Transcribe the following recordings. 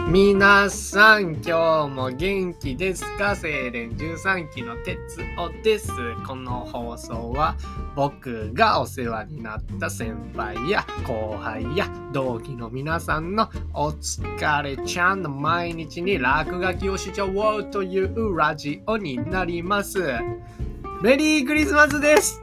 皆さん今日も元気ですか？精錬13期の哲夫です。この放送は僕がお世話になった先輩や後輩や同期の皆さんのお疲れちゃんの毎日に落書きをしちゃおうというラジオになります。メリークリスマスです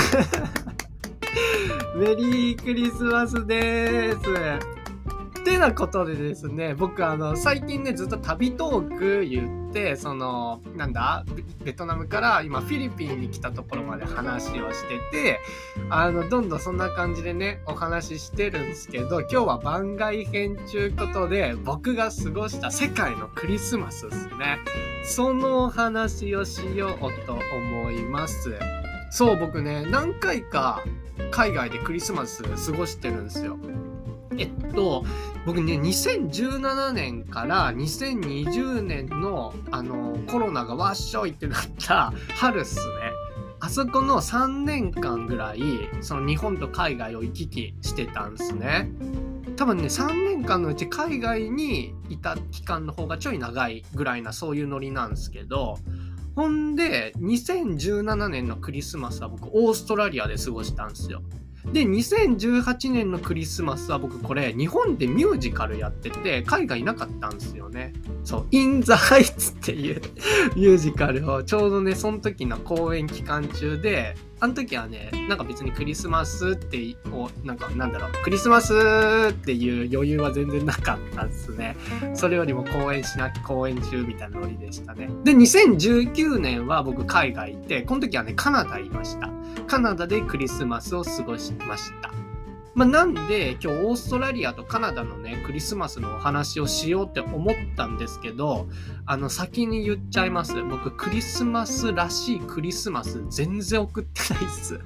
メリークリスマスです。ってなことでですね、僕最近ねずっと旅トーク言って、ベトナムから今フィリピンに来たところまで話をしてて、どんどんそんな感じでねお話ししてるんですけど、今日は番外編ということで僕が過ごした世界のクリスマスですね。そのお話をしようと思います。そう、僕ね何回か海外でクリスマス過ごしてるんですよ。僕ね、2017年から2020年のコロナがわっしょいってなった春っすね。あそこの3年間ぐらい、その日本と海外を行き来してたんですね。多分ね、3年間のうち海外にいた期間の方がちょい長いぐらいな、そういうノリなんですけど、ほんで、2017年のクリスマスは僕、オーストラリアで過ごしたんですよ。で、2018年のクリスマスは僕これ日本でミュージカルやってて海外いなかったんですよね。そう、インザハイツっていうミュージカルをちょうどねその時の公演期間中で、あの時はね別にクリスマスってクリスマスっていう余裕は全然なかったですね。それよりも公演中みたいなノリでしたね。で、2019年は僕海外行って、この時はねカナダいました。カナダでクリスマスを過ごしました。なんで今日オーストラリアとカナダのねクリスマスのお話をしようって思ったんですけど、先に言っちゃいます。僕クリスマスらしいクリスマス全然送ってないっす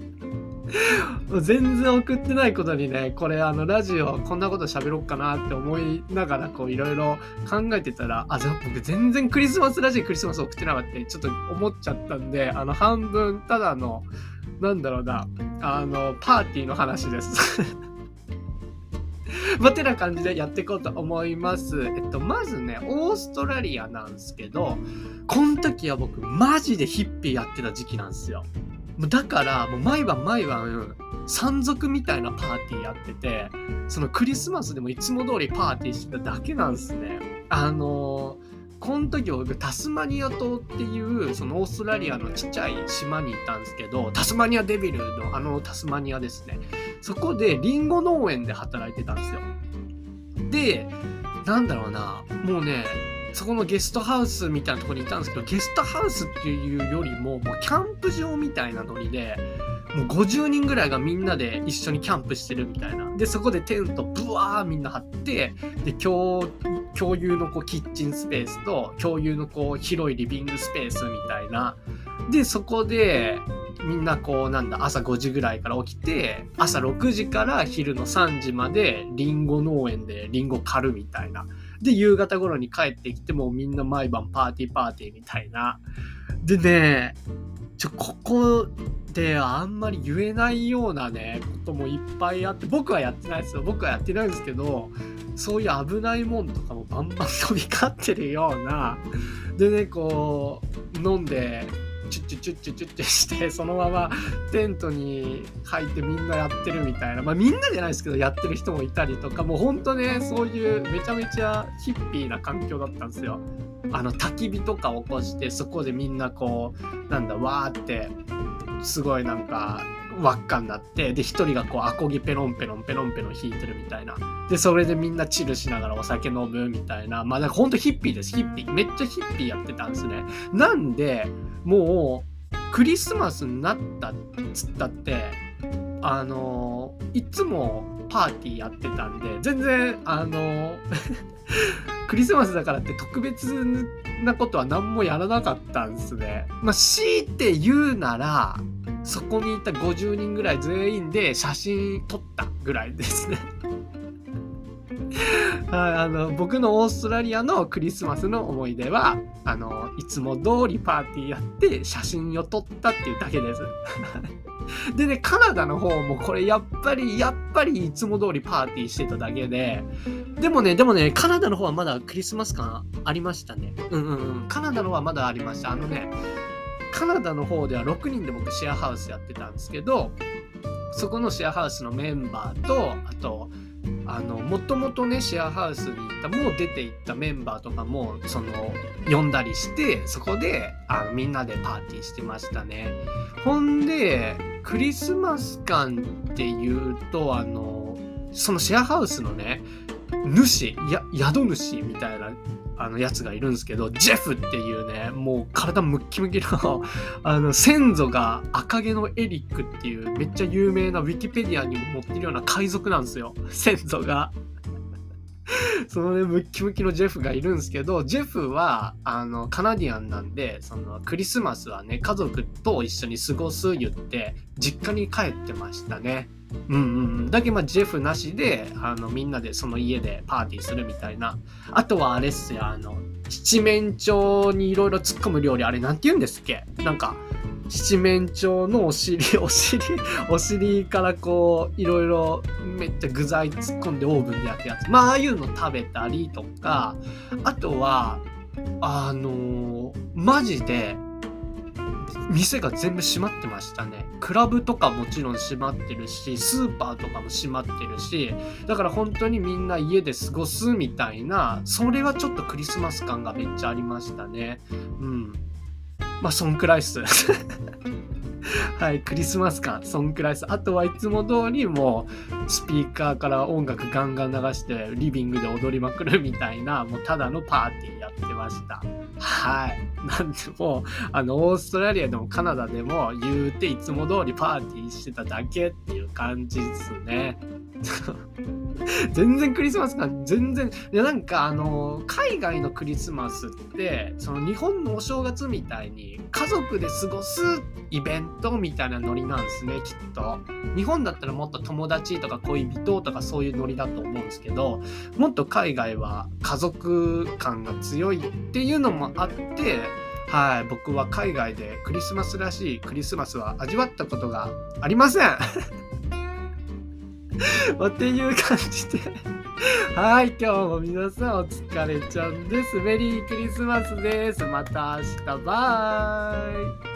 全然送ってないことにね、これラジオこんなこと喋ろうかなって思いながらいろいろ考えてたら、僕全然クリスマスらしいクリスマス送ってなかったってちょっと思っちゃったんで、半分ただのパーティーの話ですてな感じでやっていこうと思います。まずねオーストラリアなんですけど、この時は僕マジでヒッピーやってた時期なんですよ。だからもう毎晩山賊みたいなパーティーやってて、そのクリスマスでもいつも通りパーティーしてただけなんですね。この時僕タスマニア島っていうそのオーストラリアのちっちゃい島にいたんですけど、タスマニアデビルのタスマニアですね。そこでリンゴ農園で働いてたんですよ。で、もうねそこのゲストハウスみたいなところにいたんですけど、ゲストハウスっていうよりももうキャンプ場みたいなノリで、もう50人ぐらいがみんなで一緒にキャンプしてるみたいな。で、そこでテントブワーみんな張って、で、共有のキッチンスペースと共有の広いリビングスペースみたいな。で、そこでみんな朝5時ぐらいから起きて、朝6時から昼の3時までリンゴ農園でリンゴ狩るみたいな。で、夕方頃に帰ってきてもみんな毎晩パーティーみたいな。でね、ここであんまり言えないようなねこともいっぱいあって、僕はやってないんですけど、そういう危ないもんとかもバンバン飛び交ってるような。でね、飲んでチュッチュしてそのままテントに入ってみんなやってるみたいな、みんなじゃないですけどやってる人もいたりとか、もうほんとねそういうめちゃめちゃヒッピーな環境だったんですよ。焚き火とか起こして、そこでみんなわーってすごい輪っかになって、で一人がアコギペロンペロン弾いてるみたいな。でそれでみんなチルしながらお酒飲むみたいな。ほんとヒッピーです。ヒッピーめっちゃヒッピーやってたんですね。なんでもうクリスマスになったっつったっていつもパーティーやってたんで、全然クリスマスだからって特別なことは何もやらなかったんですね。強いて言うならそこにいた50人ぐらい全員で写真撮ったぐらいですね僕のオーストラリアのクリスマスの思い出はいつも通りパーティーやって写真を撮ったっていうだけですでね、カナダの方もこれやっぱりいつも通りパーティーしてただけで、でもね、カナダの方はまだクリスマス感ありましたね。カナダの方はまだありました。カナダの方では6人で僕シェアハウスやってたんですけど、そこのシェアハウスのメンバーと、あと、もともとね、シェアハウスに行った、もう出て行ったメンバーとかも、呼んだりして、そこで、みんなでパーティーしてましたね。ほんで、クリスマス感っていうと、そのシェアハウスのね、宿主みたいな、やつがいるんですけど、ジェフっていうね、もう体ムッキムキの、先祖が赤毛のエリックっていうめっちゃ有名なウィキペディアにも載ってるような海賊なんですよ。先祖が。そのね、ムッキムキのジェフがいるんですけど、ジェフは、カナディアンなんで、クリスマスはね、家族と一緒に過ごす言って、実家に帰ってましたね。だけどジェフなしでみんなでその家でパーティーするみたいな。あとはあれっすよ、七面鳥にいろいろ突っ込む料理、あれなんて言うんですっけ？なんか七面鳥のお尻からこういろいろめっちゃ具材突っ込んでオーブンで焼くやつ、ああいうの食べたりとか、あとはマジで店が全部閉まってましたね。クラブとかもちろん閉まってるし、スーパーとかも閉まってるし、だから本当にみんな家で過ごすみたいな、それはちょっとクリスマス感がめっちゃありましたね。そんくらいっす。はい、クリスマス感、そんくらいです。あとはいつも通りもうスピーカーから音楽ガンガン流してリビングで踊りまくるみたいな、もうただのパーティーやってました。はい。なんでもオーストラリアでもカナダでも言うていつも通りパーティーしてただけっていう感じですね。全然クリスマス感いや、なんか海外のクリスマスって日本のお正月みたいに家族で過ごすイベントみたいなノリなんですね、きっと。日本だったらもっと友達とか恋人とかそういうノリだと思うんですけど、もっと海外は家族感が強いっていうのもあって、はい、僕は海外でクリスマスらしいクリスマスは味わったことがありません。っていう感じではい、今日も皆さんお疲れちゃんです。メリークリスマスです。また明日、バイ。